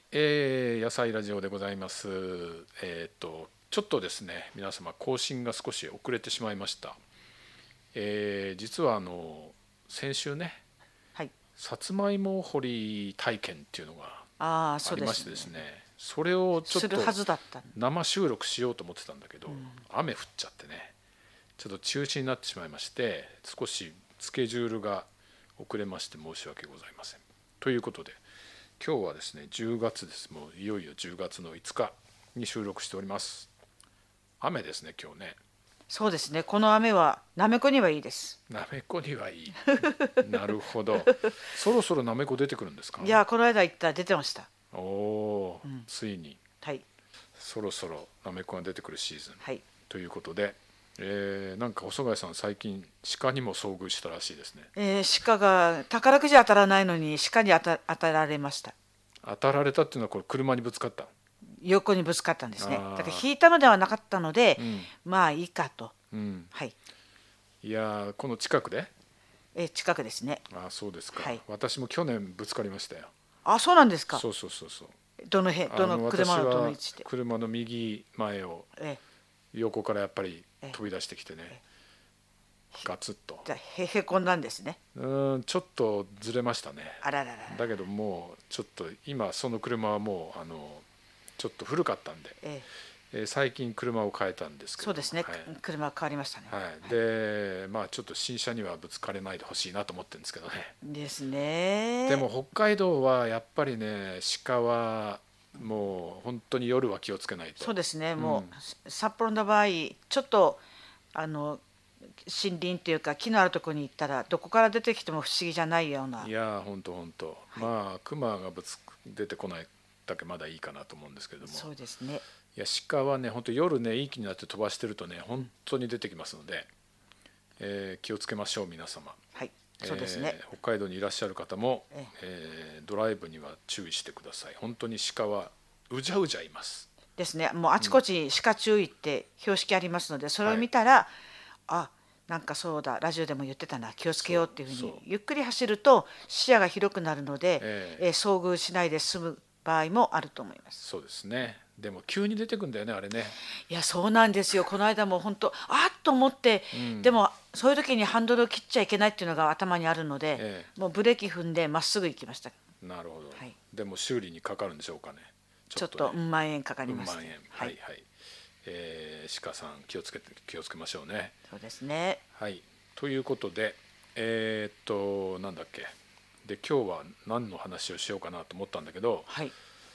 野菜ラジオでございます。ちょっとですね、皆様更新が少し遅れてしまいました。実は先週ね、 はい。 さつまいも掘り体験っていうのがああ、 ありましそうですね。 てですね、それをちょっするはとずだった。 生収録しようと思ってたんだけど、雨降っちゃってね、ちょっと中止になってしまいまして、少しスケジュールが遅れまして申し訳ございません。ということで、今日はですね10月です。もういよいよ10月の5日に収録しております。雨ですね今日ね。 そうですね。この雨はなめこにはいいです。 なめこにはいい。なるほど。そろそろなめこ出てくるんですか？ いや、この間行ったら出てました。 おおー、ついにはい。 そろそろなめこが出てくるシーズンはい。 ということで、なんか細貝さん最近鹿にも遭遇したらしいですね。 鹿が宝くじ当たらないのに鹿に当たられました。 当たられたっていうのはこれ車にぶつかった？ 横にぶつかったんですね。だからあ引いたのではなかったので、 あ、うん、 まあいいかと。 うん。 はい。 いやー、この近くで。 近くですね。 ああ、そうですか。 はい。 私も去年ぶつかりましたよ。 あ、そうなんですか。 そうそうそうそう。 どの車のどの位私は置で。 車の右前をえ横からやっぱりえ飛び出してきてね、ガツッと。 じゃあへこんだんですね。 ちょっとずれましたね。 あらららら。 だけどもうちょっと今その車はもうちょっと古かったんで、 え最近車を変えたんですけれども、 そうですね。 はい、 車は変わりましたね。 はい、でまあちょっと新車にはぶつかれないでほしいなと思ってるんですけどね。 ですね。 でも北海道はやっぱりね、鹿はもう本当に夜は気をつけないと。 そうですね。 うん、 もう札幌の場合、ちょっとあの森林というか木のあるところに行ったらどこから出てきても不思議じゃないような。 いやー本当本当、 はい。 まあ熊が出てこないだけまだいいかなと思うんですけれども、 そうですね。 いや鹿はね本当夜ねいい気になって飛ばしてるとね本当に出てきますので、気をつけましょう皆様。 はい。そうですね。 北海道にいらっしゃる方も、 えドライブには注意してください。本当に鹿はうじゃうじゃいます。 ですね。もうあちこち鹿注意って標識ありますので、それをはい、 見たら、あ、なんかそうだ、ラジオでも言ってたな、気をつけそうようっていうふうそう、 にゆっくり走ると視野が広くなるので、 えー遭遇しないで済む場合もあると思います。 そうですね。でも急に出てくんだよねあれね。 いや、そうなんですよ。この間も本当、あっと思って、 うん、 でもそういう時にハンドルを切っちゃいけないっていうのが頭にあるので、 えもうブレーキ踏んでまっすぐ行きました。 なるほど。 はい。 でも修理にかかるんでしょうかね。ちょちょっと、 っとね。 万円かかうん万円。 りますね。はい。 はいはい。鹿さん気をつけましょうね。 そうですね。 はい。ということで、なんだっけ。で今日は何の話をしようかなと思ったんだけど、 はい。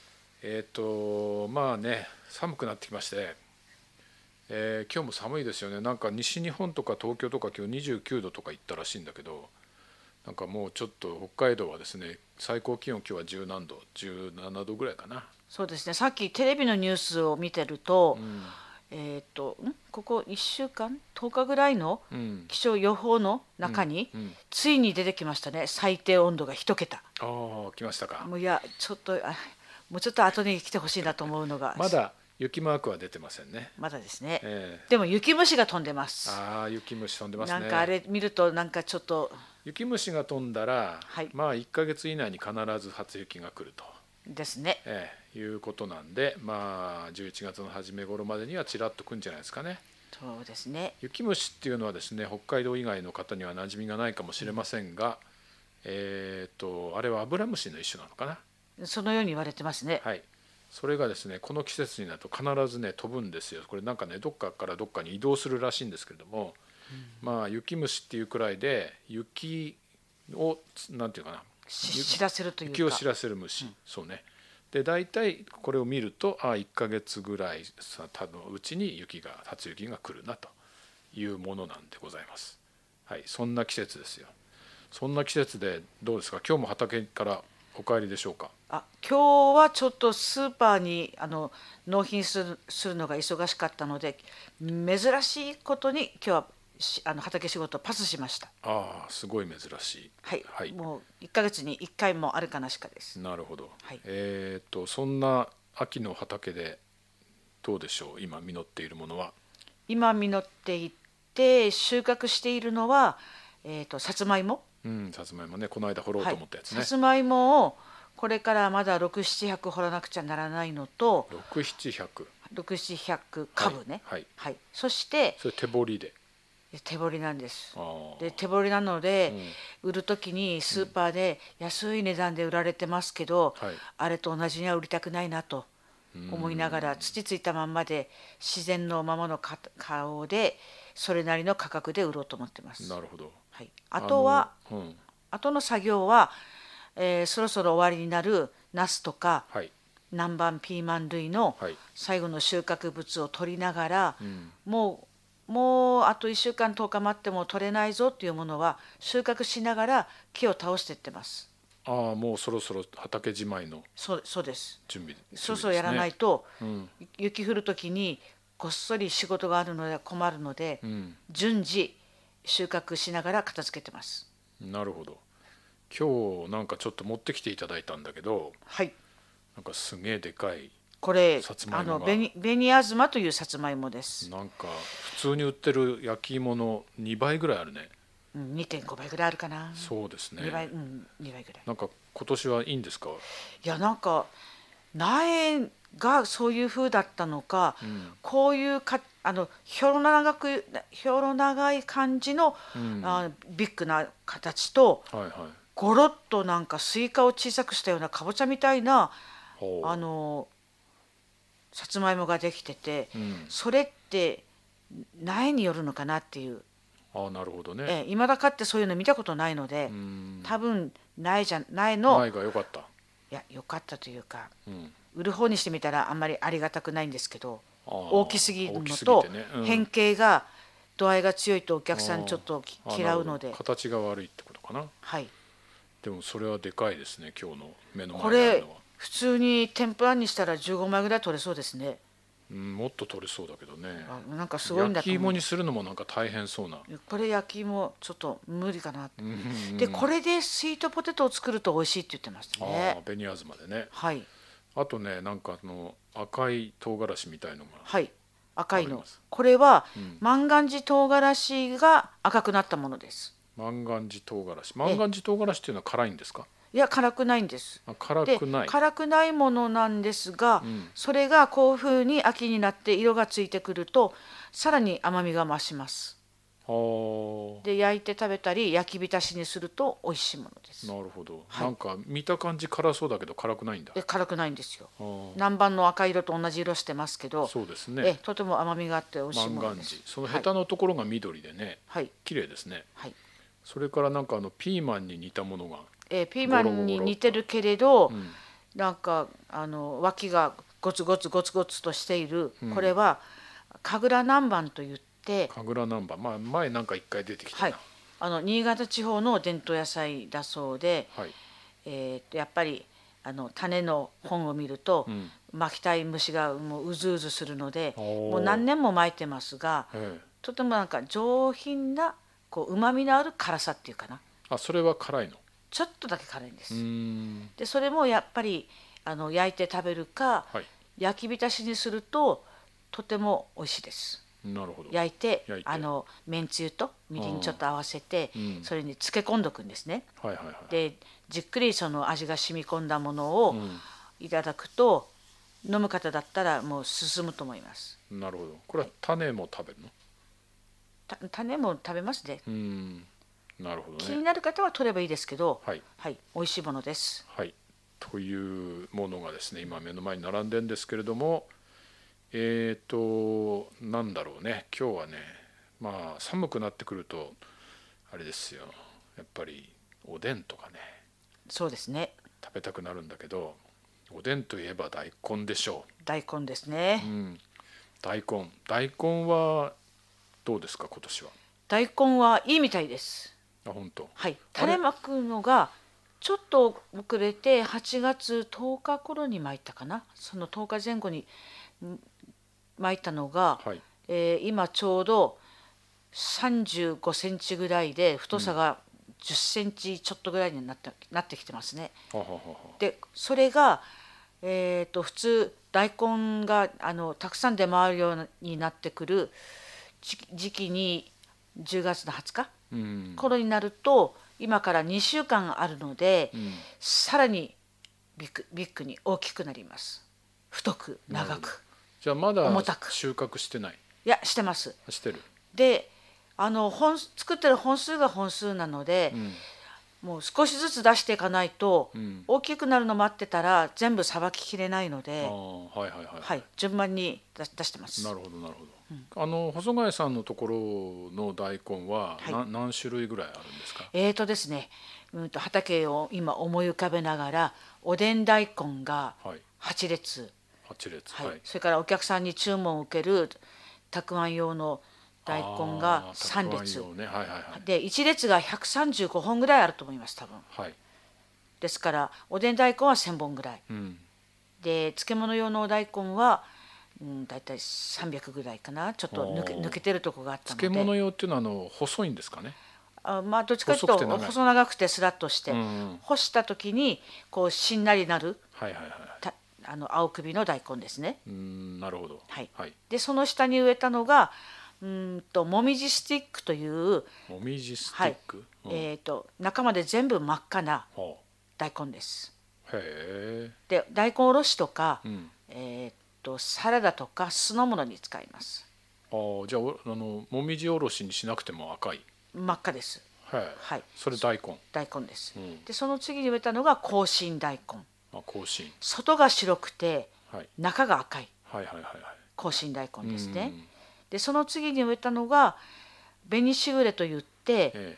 まあね寒くなってきまして、今日も寒いですよね。なんか西日本とか東京とか今日29度とか行ったらしいんだけど、なんかもうちょっと北海道はですね最高気温今日は10何度17度ぐらいかな。 そうですね。さっきテレビのニュースを見てると、 うん、 ここ1週間、10日ぐらいのうん、 気象予報のうん、 中に、 うん。 ついに出てきましたね。最低温度が1桁。 ああ来ましたか。 もういや、ちょっと、もうちょっと後に来てほしいなと思うのが、 まだ雪マークは出てませんね。 まだですね。 えでも雪虫が飛んでます。 ああ雪虫飛んでますなんかあね。 れ見るとなんかちょっと、 雪虫が飛んだらはい、 まあ1ヶ月以内に必ず初雪が来ると、 ですね。 いうことなんで、まあ11月の初め頃までにはちらっと来るんじゃないですかね。 そうですね。 雪虫っていうのはですね北海道以外の方には馴染みがないかもしれませんが、あれはアブラムシの一種なのかな。 そのように言われてますね。 はい、それがですねこの季節になると必ずね飛ぶんですよ。これなんかねどっかからどっかに移動するらしいんですけれども、まあ雪虫っていうくらいで雪をなんていうかな、 知らせるというか。 雪を知らせる虫、そうね。で大体これを見ると1ヶ月ぐらい多分うちに初雪が来るなというものなんでございます。はい、そんな季節ですよ。そんな季節でどうですか、今日も畑からお帰りでしょうか。 今日はちょっとスーパーに納品するのが忙しかったので、珍しいことに今日は畑仕事をパスしました。 ああすごい珍しい。 はい。 はい、 もう1ヶ月に1回もあるかなしかです。 なるほど。 はい。 そんな秋の畑でどうでしょう、今実っているものは。 今実っていて収穫しているのは、さつまいも。 うん、さつまいもね、この間掘ろうとはい。 思ったやつね。 さつまいもをここれからまだ6、700掘らなくちゃならないのと、 6、700。 6、700株ね。 はい。 はい。そしてそれ手掘りで。 手掘りなんです。 あで手掘りなので、売る時にスーパーで安い値段で売られてますけど、 はい。 あれと同じには売りたくないなと思いながら、土ついたまんまで自然のままの顔でそれなりの価格で売ろうと思ってます。 なるほど。 はい、あとは、 うん。 後の作業は、そろそろ終わりになるナスとかはい。 南蛮ピーマン類のはい。 最後の収穫物を取りながら、 うん。 もうあと1週間10日待っても取れないぞっていうものは収穫しながら木を倒していってます。 ああ、もうそろそろ畑じまいのそうです。 準備そろそろやらないと。 と、 うん。 雪降る時にこっそり仕事があるので困るので、 うん。 順次収穫しながら片付けてます。 なるほど。今日なんかちょっと持ってきていただいたんだけど、 はい。 なんかすげえでかいこれさつまいもが、 紅あずまというさつまいもです。 なんか普通に売ってる焼き芋の2倍ぐらいあるね。 2.5倍ぐらいあるかな。 そうですね。 2倍、2倍ぐらい。 なんか今年はいいんですか？ いやなんか苗がそういう風だったのか、こういうひょろ長い感じの、ビッグな形と、 はいはい。 ゴロッとなんかスイカを小さくしたようなかぼちゃみたいなほう。 さつまいもができてて、 うん。 それって苗によるのかなっていう。 ああ、なるほどね。 未だかってそういうの見たことないので、多分苗の、 苗が良かった。 いや良かったというか、 うん。 売る方にしてみたらあんまりありがたくないんですけど、 ああ、 大きすぎるの大きすぎとてね。うん。 変形が度合いが強いとお客さんちょっとああ、 嫌うので、 なるほど。形が悪いってことかな。 はい。 でもそれはでかいですね。今日の目のこれ前にあるのは。 普通に天ぷらにしたら15枚ぐらい取れそうですね。 うん、もっと取れそうだけどね。 なんかすごいんだ焼き芋と思う。 にするのもなんか大変そうな。 これ焼き芋ちょっと無理かな。 うんうんでうん。 これでスイートポテトを作ると美味しいって言ってましたああ、 ね。 紅あずまでね。 はい。 あとね、なんか赤い唐辛子みたいのがはい。赤いのあります。 これは、 ん万願寺唐辛子が赤くなったものです。 万願寺唐辛子。万願寺唐辛子っていうのは辛いんですか？ いや辛くないんです。 あ、辛でくない。 辛くないものなんですが、 んそれがこういうふうに秋になって色がついてくるとさらに甘みが増します。 ああ、 で焼いて食べたり焼き浸しにすると美味しいものです。 なるほど。 はい。 なんか見た感じ辛そうだけど辛くないんだ。 辛くないんですよ。 あー、 南蛮の赤色と同じ色してますけど、 そうですね。 とても甘みがあって美味しい万ものです。 願寺。そのはいヘタのところが緑でね、 はい綺麗ですね。 はい。 それからなんかピーマンに似たものがピーマンに似てるけれど、なんか脇がゴツゴツゴツゴツとしている、これは神楽南蛮といって、 神楽南蛮。まあ前なんか一回出てきたはい、 な。 新潟地方の伝統野菜だそうで、 はい。 やっぱり種の本を見ると、 ん巻きたい虫がもううずうずするので、 おーもう何年も巻いてますが、 ええ。 とてもなんか上品なうまみのある辛さっていうかな、 あ、それは辛いの。 ちょっとだけ辛いんでうす。 ーん。 でそれもやっぱり焼いて食べるか、 はい。 焼き浸しにするととても美味しいです。 なるほど。 焼いて焼いてめんつゆとみりんちょっと合わせて、 んそれに漬け込んどくんですね。 はいはいはい。 でじっくりその味が染み込んだものをいただくと、飲む方だったらもう進むと思います。 なるほど。これは種も食べるの？ 種も食べますね。 うーん。なるほど気にね。 なる方は取ればいいですけど、 はい。 はい、美味しいものです。 はい。というものがですね、今目の前に並んでるんですけれども、なんだろうね。今日はね、まあ寒くなってくるとあれですよ。やっぱりおでんとかね、 そうですね。 食べたくなるんだけど、おでんといえば大根でしょ大根ですね。 う。うん。大根はどうですか今年は？ 大根はいいみたいです。 あ、本当。 はい、 あれ、 種まくのがちょっと遅れて8月10日頃にまいたかな。その10日前後にまいたのが、 はい。 今ちょうど35センチぐらいで太さが10センチちょっとぐらいになってきてますね。 はははは。 でそれが、普通大根がたくさん出回るようになってくる時期に10月の20日うん。 頃になると今から2週間あるので、さらにビッグに大きくなります。太く長く。 じゃあまだ重たく収穫してない？ いやしてます。 してる。 で作ってる本数が本数なので、もう少しずつ出していかないと、大きくなるの待ってたら全部さばききれないので、順番に出してます。 なるほどなるほど。細貝さんのところの大根は、何種類ぐらいあるんですか？ ですね、畑を今思い浮かべながら、おでん大根が8列、それからお客さんに注文を受けるたくあん用の大根が3列、で1列が135本ぐらいあると思います多分。ですからおでん大根は1000本ぐらい、で漬物用の大根は、だいたい300ぐらいかな。ちょっと抜けてるとこがあったので。 漬物用っていうのは細いんですかね？ まあどっちかというと細長くてスラッとして、干した時にこうしんなりなる、青首の大根ですね。 なるほど。 でその下に植えたのがもみじスティックという、 もみじスティック、 中まで全部真っ赤な大根です。 へで大根おろしとか、サラダとか酢の物に使います。 じゃあもみじおろしにしなくても赤い？ 真っ赤です。 それ大根です。でその次に植えたのが紅芯大根。 紅芯、 外が白くて、中が赤い紅芯大根ですね。でその次に植えたのが紅しぐれといって、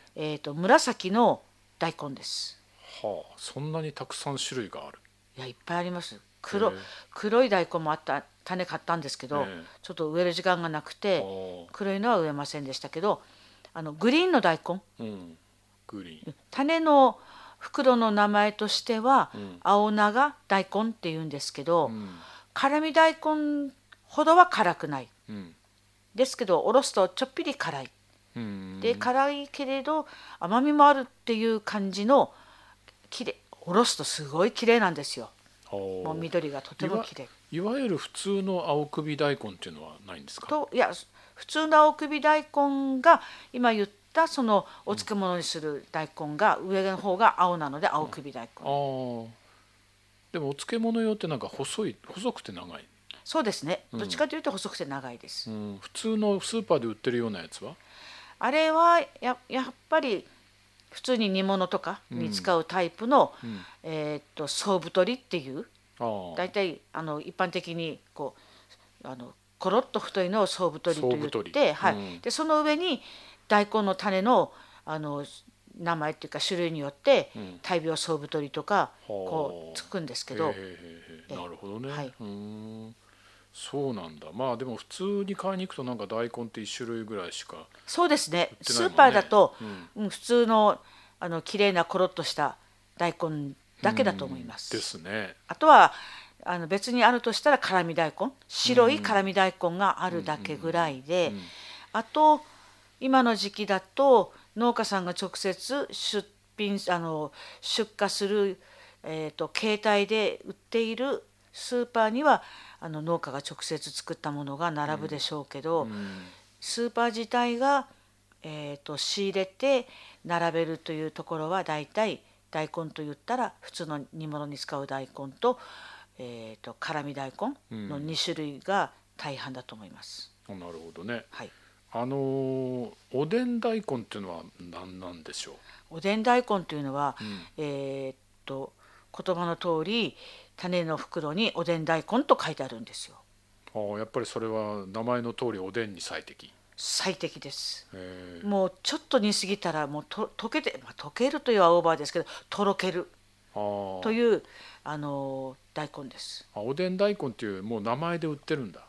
紫の大根です。 そんなにたくさん種類がある？ いやいっぱいあります。黒い大根もあった。種買ったんですけど、ちょっと植える時間がなくて黒いのは植えませんでしたけど、グリーンの大根、 グリーン、 種の袋の名前としては、青長大根っていうんですけど、辛味大根ほどは辛くない、ですけどおろすとちょっぴり辛い、で辛いけれど甘みもあるっていう感じの、おろすとすごい綺麗なんですよ。もう緑がとても綺麗。 いわゆる普通の青首大根っていうのはないんですか？ いや普通の青首大根が今言ったそのお漬物にする大根が、上の方が青なので青首大根。 でもお漬物用ってなんか細くて長い？ そうですね、どっちかというと細くて長いです。 普通のスーパーで売ってるようなやつは？ あれはやっぱり普通に煮物とかに使うタイプの、総太りっていう、だいたい一般的にこうコロッと太いのを総太りと言って、でその上に大根の種の名前っていうか種類によって大病総太りとかこうつくんですけど。 なるほどね。そうなんだ。まあでも普通に買いに行くとなんか大根って1種類ぐらいしか。 そうですね。スーパーだと、普通の綺麗なコロッとした大根だけだと思います。 ですね。 あとは別にあるとしたら辛味大根、白い辛味大根があるだけぐらいで、あと今の時期だと農家さんが直接出荷する、携帯で売っているスーパーには農家が直接作ったものが並ぶでしょうけど、スーパー自体が、仕入れて並べるというところはだいたい大根といったら普通の煮物に使う大根と、辛味大根の2種類が大半だと思います。 なるほどね。おでん大根っていうのは何なんでしょう？ おでん大根というのは、言葉の通り種の袋におでん大根と書いてあるんですよ。 やっぱりそれは名前の通りおでんに最適です。もうちょっと煮すぎたらもう溶けて、溶けるというはオーバーですけどとろけるという大根です。 おでん大根っていうもう名前で売ってるんだ。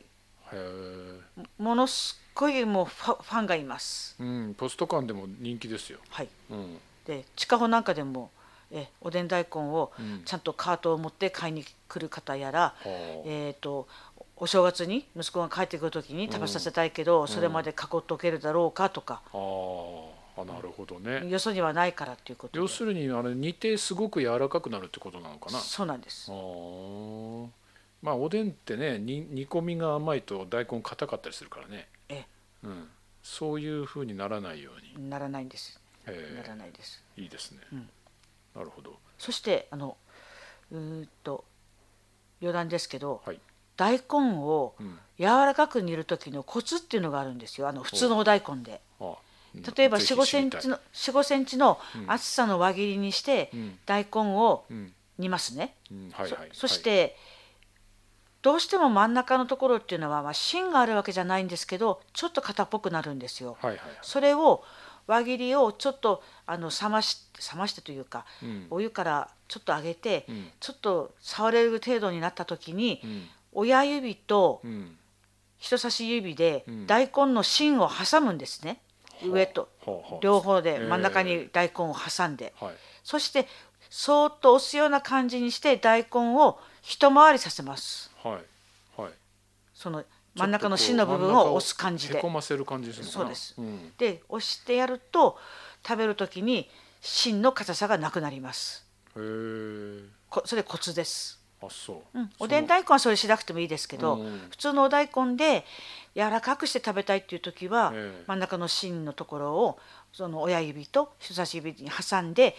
ものすごいもうファンがいます。 ポスト館でも人気ですよ。 で近穂なんかでもおでん大根をちゃんとカートを持って買いに来る方やら、お正月に息子が帰ってくる時に食べさせたいけど、それまで囲っておけるだろうかとか。 なるほどね。 よそにはないからっていうことで。 要するに煮てすごく柔らかくなるってことなのかな。 そうなんです。 まあおでんってね、煮込みが甘いと大根硬かったりするからね。そういう風にならないように。 ならないんです。ならないです。 いいですね。なるほど。 そしてうーんと余談ですけど、 はい。 大根をうん。 柔らかく煮る時のコツっていうのがあるんですよ。普通のお大根で。 あ、 例えばぜ 4、5 ひ知りたい。 センチの4、5センチのうん。 厚さの輪切りにしてうん大根をうん。 煮ますね。 うん。はいはいそはい。 してどうしても真ん中のところっていうのは、芯があるわけじゃないんですけど、ちょっと硬っぽくなるんですよ。 はいはいはい。 それを輪切りをちょっと冷ましてというか、 うん。 お湯からちょっと上げて、 うん。 ちょっと触れる程度になった時に、 うん。 親指とうん。 人差し指でうん。 大根の芯を挟むんですね。上とはあはあ。 両方で真ん中に大根を挟んで、 はい。 そしてそーっと押すような感じにして大根を一回りさせます。 はいはい。 そのちょっとこう真ん中の芯の部分を押す感じで。 へこませる感じするのかな。 そうです。 うん。 で押してやると食べる時に芯の硬さがなくなります。 へえ。 それコツです。 あ、そう。 おでん大根はそれしなくてもいいですけど、 うん。 普通のお大根で柔らかくして食べたいっていう時は、 ええ。 真ん中の芯のところをその親指と人差し指に挟んで、 うん。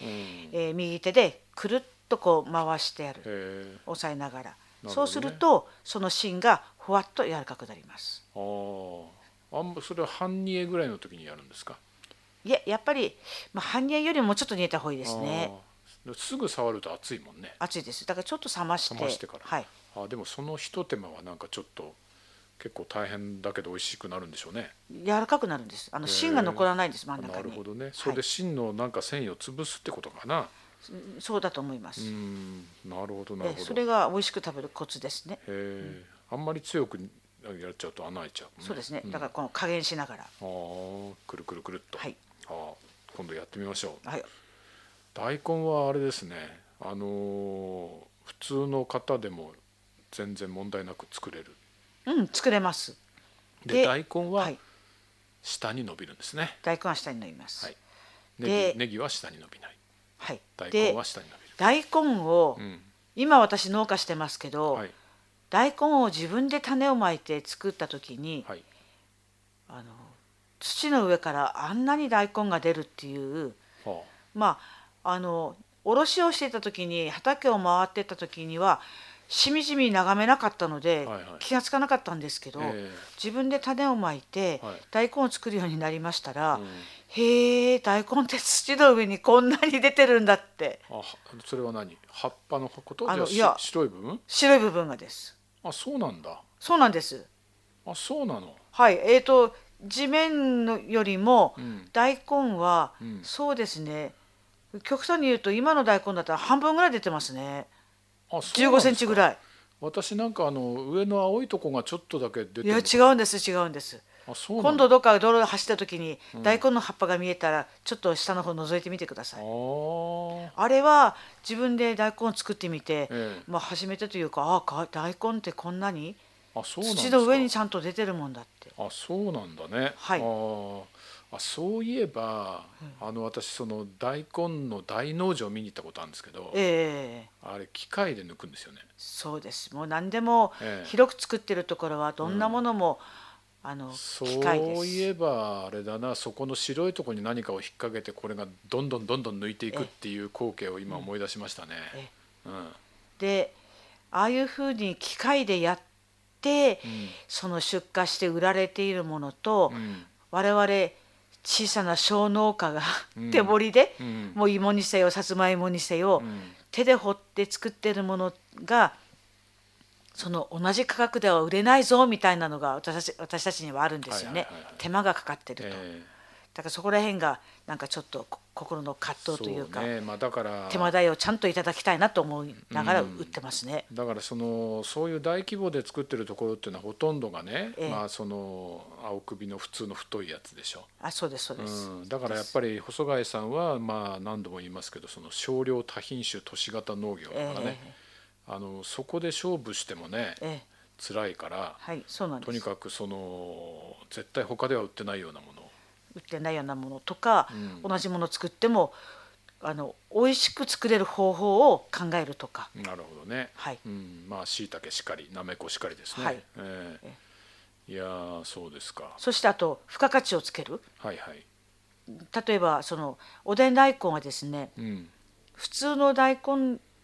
右手でくるっとこう回してやる。 へえ。 押さえながら、 なるほどね。 そうするとその芯がふわっと柔らかくなります。 ああ。それは半煮えぐらいの時にやるんですか。 いや、やっぱり、半煮えよりもちょっと煮えた方がいいですね。 ああ。すぐ触ると熱いもんね。 熱いです。だからちょっと冷まして、 冷ましてから。 はい、 あ、でもそのひと手間はなんかちょっと結構大変だけど美味しくなるんでしょうね。 柔らかくなるんです。芯が残らないんです、真ん中に。 なるほどね。そはい、 れで芯のなんか繊維を潰すってことかな。 そうだと思いまうす。 ん。なるほどなるほど。 それが美味しく食べるコツですね。 へえ。あんまり強くやっちゃうと穴開いちゃうもんね。 そうですね。 うん。 だからこの加減しながら。 ああ、くるくるくるっと。 はい。 ああ、今度やってみましょう。 はい。 大根はあれですね。普通の方でも全然問題なく作れる。 作れます。 で、大根ははい、 下に伸びるんですね。 大根は下に伸びまはす。 い。 で、 ネギは下に伸びない。 はい。 大根で、 は下に伸びる。 大根を、 うん。 今私農家してますけど、 はい。 大根を自分で種をまいて作った時に、 はい。 あの土の上からあんなに大根が出るっていう、 はまあおろしをしていた時に畑を回っていた時にはしみじみ眺めなかったのであ。はいはい。 気がつかなかったんですけど、 え自分で種をまいてはい。 大根を作るようになりましたら、 うん。 へえ、大根って土の上にこんなに出てるんだって。 それは何？葉っぱのこと？じゃあいや、 白い部分？ 白い部分がです。 あ、そうなんだ。 そうなんです。 あ、そうなの。 はい、地面のよりもうん。 大根は、 うん。 そうですね、極端に言うと今の大根だったら半分ぐらい出てますね。 あ、そう 15セなんですか。 ンチぐらい。 私なんか上の青いとこがちょっとだけ出ていや、 るのか。 違うんです、違うんです。 あ、そうな今度んだ。 どっか道路走った時にうん。 大根の葉っぱが見えたらちょっと下の方覗いてみてくださあい。 あ。 あれは自分で大根を作ってみて、 ええ。 初めてというか、大根ってこんなにあ、そうなん土のですか。 上にちゃんと出てるもんだって。 あ、そうなんだね。 はい。 そういえば、私その大根の大農場を見に行ったことあるんですけど、 ええ、 あれ機械で抜くんですよね。 そうです。もう何でもええ。 広く作ってるところはどんなものも機械でそういえす。 ばあれだな、そこの白いところに何かを引っ掛けてこれがどんどんどんどん抜いていくっていう光景を今思い出しましたね。 えうん。 で、ああいうふうに機械でやってうんその出荷して売られているものと、 うん我々小さな小農家がうん手掘りで、 うんもう芋にせよさつまいもにせよ、 うん手で掘って作ってるものがその同じ価格では売れないぞみたいなのが私たちにはあるんですよね。 はいはいはいはい。 手間がかかってると。 ええ。 だからそこら辺がなんかちょっと心の葛藤というか、 そうね。まあだから手間代をちゃんといただきたいなと思いながら売ってますね。 だからそういう大規模で作ってるところっていうのはほとんどがね、 ええ、 まあその青首の普通の太いやつでしょ。 そうです、そうです。 だからやっぱり細貝さんはまあ何度も言いますけど、その少量多品種都市型農業だからね、そこで勝負してもねええ、 辛いから、 はい、そうなんです。 とにかく絶対他では売ってないようなものを、 売ってないようなものとか、 うん同じものを作っても美味しく作れる方法を考えるとか。 なるほどね。 はい、 まあ椎茸しかりなめこしかりですね。 はい、 いやー、そうですか。 そしてあと付加価値をつける。 はいはい。 例えばそのおでん大根はですね、 うん普通の大根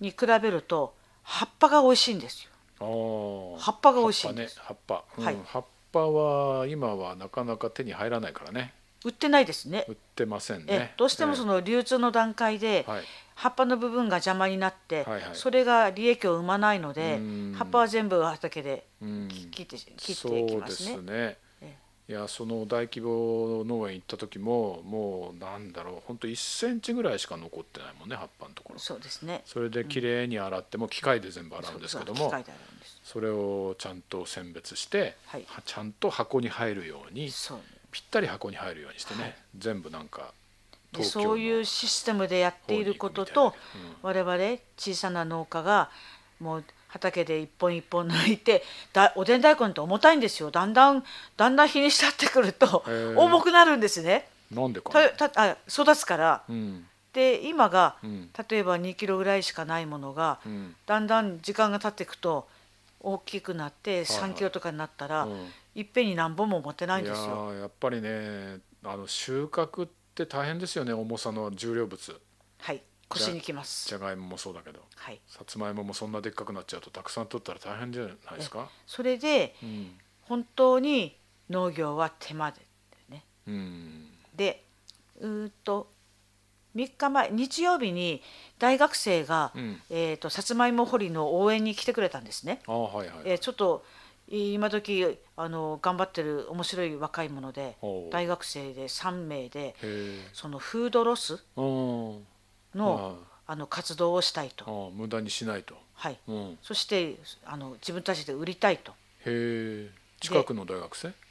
に比べると葉っぱが美味しいんですよ。葉っぱが美味しいんです。 葉っぱね、 はい、 葉っぱは今はなかなか手に入らないからね。 売ってないですね。 売ってませんね。 どうしてもその流通の段階ではい葉っぱの部分が邪魔になって、 はいはい、 それが利益を生まないので、葉っぱは全部畑で切っていきますね。 そうですね。いや、その大規模農園行った時ももうなんだろう、本当1センチぐらいしか残ってないもんね、葉っぱのところ。 そうですね。 それできれいに洗っても機械で全部洗うんですけども、 機械で洗うんです。 それをちゃんと選別して、 はい、 ちゃんと箱に入るように、 そうぴったり箱に入るようにしてね、 はい、 全部なんかでそういうシステムでやっていることと、我々小さな農家がもう畑で一本一本抜いて、おでん大根って重たいんですよ。だんだん日にしたってくると重くなるんですね。 なんでかな育つから、で今が、例えば2キロぐらいしかないものが、だんだん時間が経っていくと大きくなって3キロとかになったら、いっぺんに何本も持てないんですよ。 いややっぱりね、収穫って大変ですよね、重さの重量物。 はい、腰にきます。 じゃがいももそうだけど、 はい、 さつまいももそんなでっかくなっちゃうとたくさん取ったら大変じゃないですか。 それで、本当に農業は手間でね。で3日前日曜日に大学生が、さつまいも掘りの応援に来てくれたんですね。ちょっと今時頑張ってる面白い若い者で、大学生で3名でそのフードロスの活動をしたいと。 無駄にしないと。 はい、そして自分たちで売りたいと。 へえ。近くの大学生？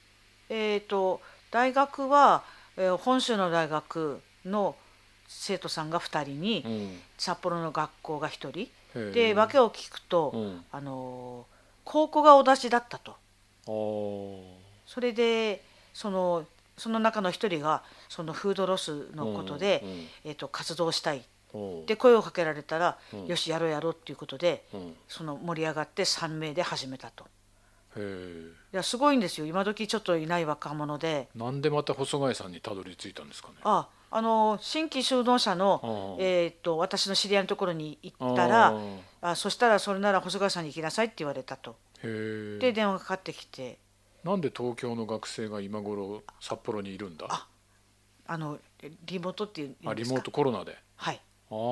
大学は、本州の大学の生徒さんが2人に、札幌の学校が1人で、訳を聞くと、高校が同じだったと。それでその中の1人がそのフードロスのことで、活動したいで声をかけられたら、よしやろうっていうことで、その盛り上がって3名で始めたと。いやすごいんですよ。今時ちょっといない若者で。 なんでまた細貝さんにたどり着いたんですかね。 新規就農者の、私の知り合いのところに行ったら、そしたらそれなら細貝さんに行きなさいって言われたと。で電話がかかってきて、 なんで東京の学生が今頃札幌にいるんだ。 リモートっていうんですか。 リモートコロナで。 はい。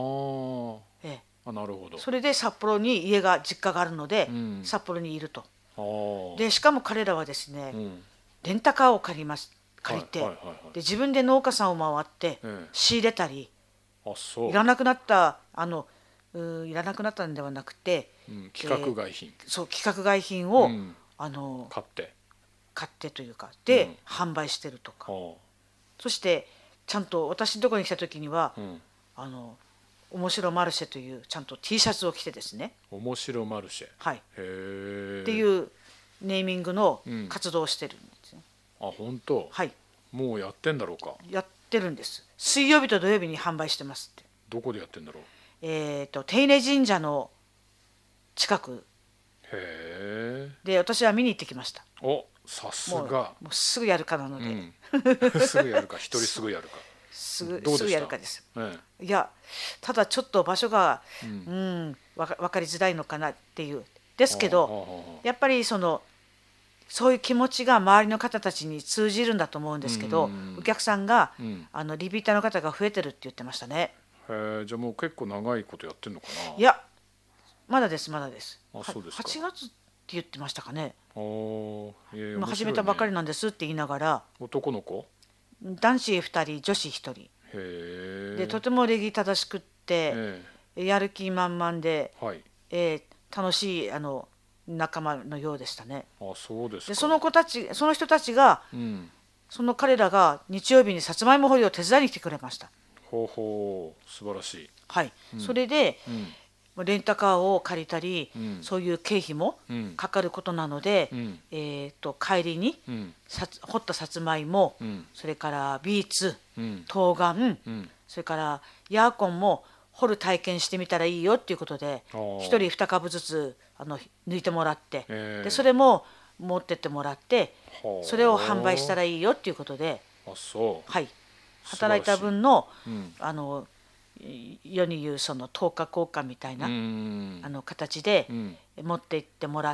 なるほど。 それで札幌に実家があるので、札幌にいると。でしかも彼らはですね、レンタカーを借りて、で自分で農家さんを回って仕入れたり、いらなくなったんではなくて、 規格外品、 規格外品を、買ってというかで、販売してるとか。そしてちゃんと私のところに来た時には、面白マルシェというちゃんと T シャツを着てですね。 面白マルシェ、 はい、っていうネーミングの活動をしてるんですね。 本当。 はい。 もうやってんだろうか。 やってるんです。水曜日と土曜日に販売してますって。 どこでやってんだろう。 手稲神社の近くで、私は見に行ってきました。 さすが。 もうすぐやるかなので、 すぐやるか、一人すぐやるか。 すぐやるかです。いやただちょっと場所が分かりづらいのかなっていうですけど、やっぱりそういう気持ちが周りの方たちに通じるんだと思うんですけど、お客さんがリピーターの方が増えてるって言ってましたね。 じゃあもう結構長いことやってんのかな。 いやまだです。 そうですか。 8月って言ってましたかね。 今始めたばかりなんですって言いながら。 男の子？ 男子2人女子1人で、とても礼儀正しくって、やる気満々で、楽しい仲間のようでしたね。 そうですか。 でその人たちが、彼らが日曜日にさつまいも掘りを手伝いに来てくれました。 素晴らしい。 はい、それで、レンタカーを借りたり、そういう経費もかかることなので、帰りに、掘ったさつまいも、それからビーツ、冬瓜、それからヤーコンも掘る体験してみたらいいよっていうことで、1人2株ずつ抜いてもらって、でそれも持ってってもらって、それを販売したらいいよっていうことで、はい、働いた分の、 世に言うその10日交換みたいな形で持って行ってもらって、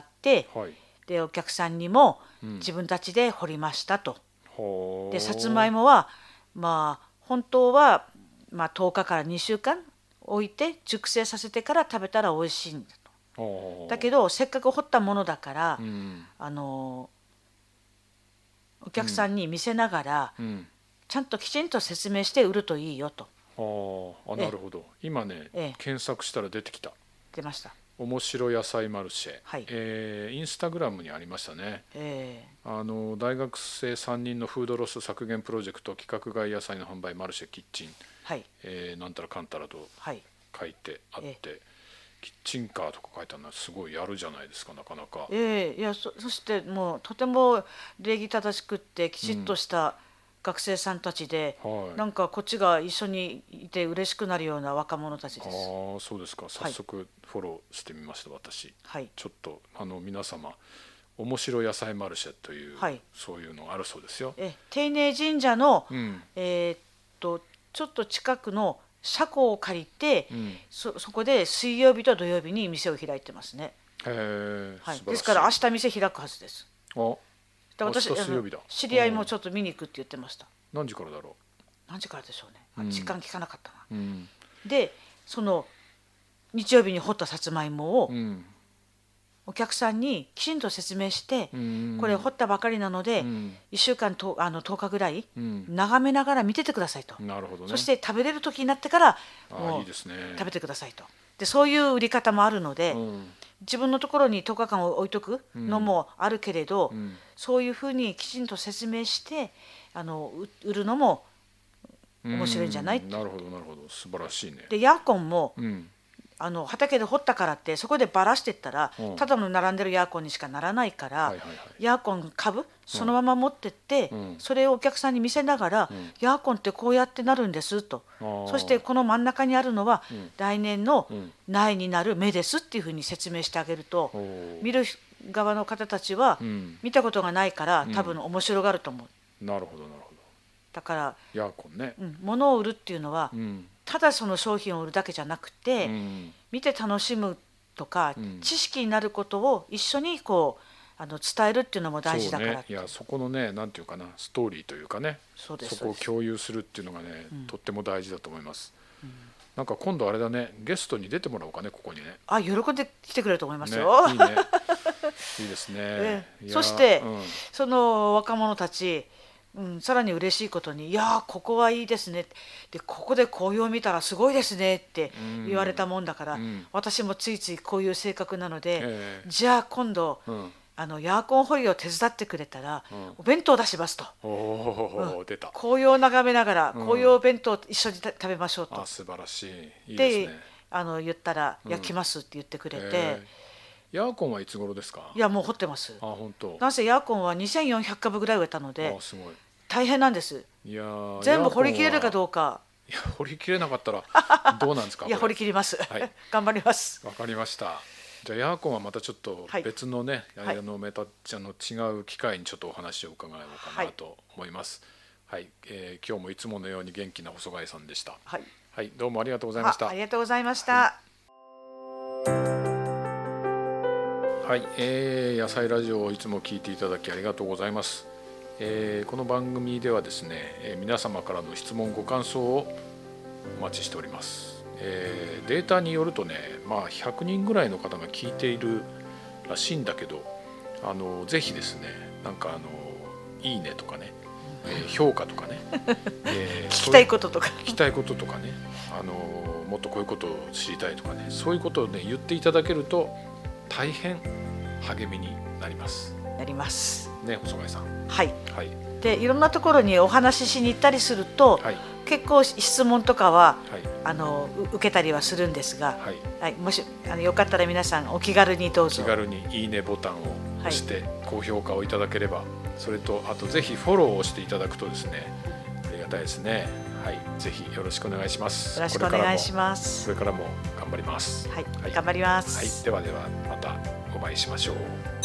はい、 でお客さんにも自分たちで掘りましたと。でさつまいもは本当は10日から2週間置いて熟成させてから食べたら美味しいんだと。だけどせっかく掘ったものだから、お客さんに見せながら、ちゃんときちんと説明して売るといいよと。 なるほど。今ね、検索したら出てきた。 出ました。 面白野菜マルシェ、 はい、 インスタグラムにありましたね。大学生3人のフードロス削減プロジェクト規格外野菜の販売マルシェキッチン、 はい、 なんたらかんたらと書いてあって、キッチンカーとか書いてあるのはすごいやるじゃないですか、なかなか。 いや そしてもうとても礼儀正しくってきちっとした学生さんたちで、なんかこっちが一緒にいて嬉しくなるような若者たちです。 そうですか。早速フォローしてみました、私。ちょっと皆様面白野菜マルシェという、そういうのあるそうですよ。 丁寧神社の、ちょっと近くの車庫を借りて、そこで水曜日と土曜日に店を開いてますね。ですから明日店開くはずです。私知り合いもちょっと見に行くって言ってました。 何時からだろう。 何時からでしょうね。時間聞かなかったな。でその日曜日に掘ったさつまいもを、お客さんにきちんと説明して、これ掘ったばかりなので、1週間と10日ぐらい眺めながら見ててくださいと。 なるほどね。 そして食べれる時になってからもう食べてくださいと。でそういう売り方もあるので、自分のところに10日間置いとくのもあるけれど、そういうふうにきちんと説明して売るのも面白いんじゃないって。 なるほどなるほど、素晴らしいね。 でヤーコンも、畑で掘ったからってそこでばらしてったら、ただの並んでるヤーコンにしかならないから、ヤーコン株そのまま持ってって、それをお客さんに見せながら、ヤーコンってこうやってなるんですと。そしてこの真ん中にあるのは、来年の苗になる芽ですっていうふうに説明してあげると、見る側の方たちは見たことがないから、多分面白がると思う。 なるほどなるほど。 だからヤーコンね、 物を売るっていうのは、ただその商品を売るだけじゃなくて、見て楽しむとか、知識になることを一緒にこう伝えるっていうのも大事だから。 いやそこのね、なんていうかな、ストーリーというかね、そこを共有するっていうのがね、とっても大事だと思います。なんか今度あれだね、ゲストに出てもらおうかね、ここにね。 喜んで来てくれると思いますよ。 いいね、いいですね。 そして、その若者たち、さらに嬉しいことに、いやここはいいですね、でここで紅葉を見たらすごいですねって言われたもんだから、私もついついこういう性格なので、じゃあ今度、ヤーコン掘りを手伝ってくれたら、お弁当出しますと。 出た。 紅葉を眺めながら紅葉弁当一緒に食べましょうと。 素晴らしい。いいですね。 言ったら、いや来ますって言ってくれて。 ヤーコンはいつ頃ですか。 いやもう掘ってます。 本当。 なんせヤーコンは2400株ぐらい植えたので、 すごい大変なんです。 いや全部掘り切れるかどうか。 いや掘り切れなかったらどうなんですか。 いや掘り切ります。頑張ります。 わかりました。じゃあヤーコンはまたちょっと別のね、メタちゃんの違う機会にちょっとお話を伺おうかなと思います。今日もいつものように元気な細貝さんでした。どうもありがとうございました。 ありがとうございました。 野菜ラジオをいつも聞いていただきありがとうございます。この番組ではですね、皆様からの質問ご感想をお待ちしております。データによるとね、100人ぐらいの方が聞いているらしいんだけど、ぜひですね、なんかいいねとかね、評価とかね、 聞きたいこととかね、もっとこういうことを知りたいとかね、そういうことをね言っていただけると大変励みになります。ね、細貝さん。 でいろんなところにお話ししに行ったりすると、結構質問とかは、受けたりはするんですが、もしよかったら皆さんお気軽にどうぞ。 気軽にいいねボタンを押して高評価をいただければ、それとあとぜひフォローをしていただくとですね、ありがたいですね。ぜひよろしくお願いします。 よろしくお願いします。 これからも頑張ります。 頑張ります。 ではまたお会いしましょう。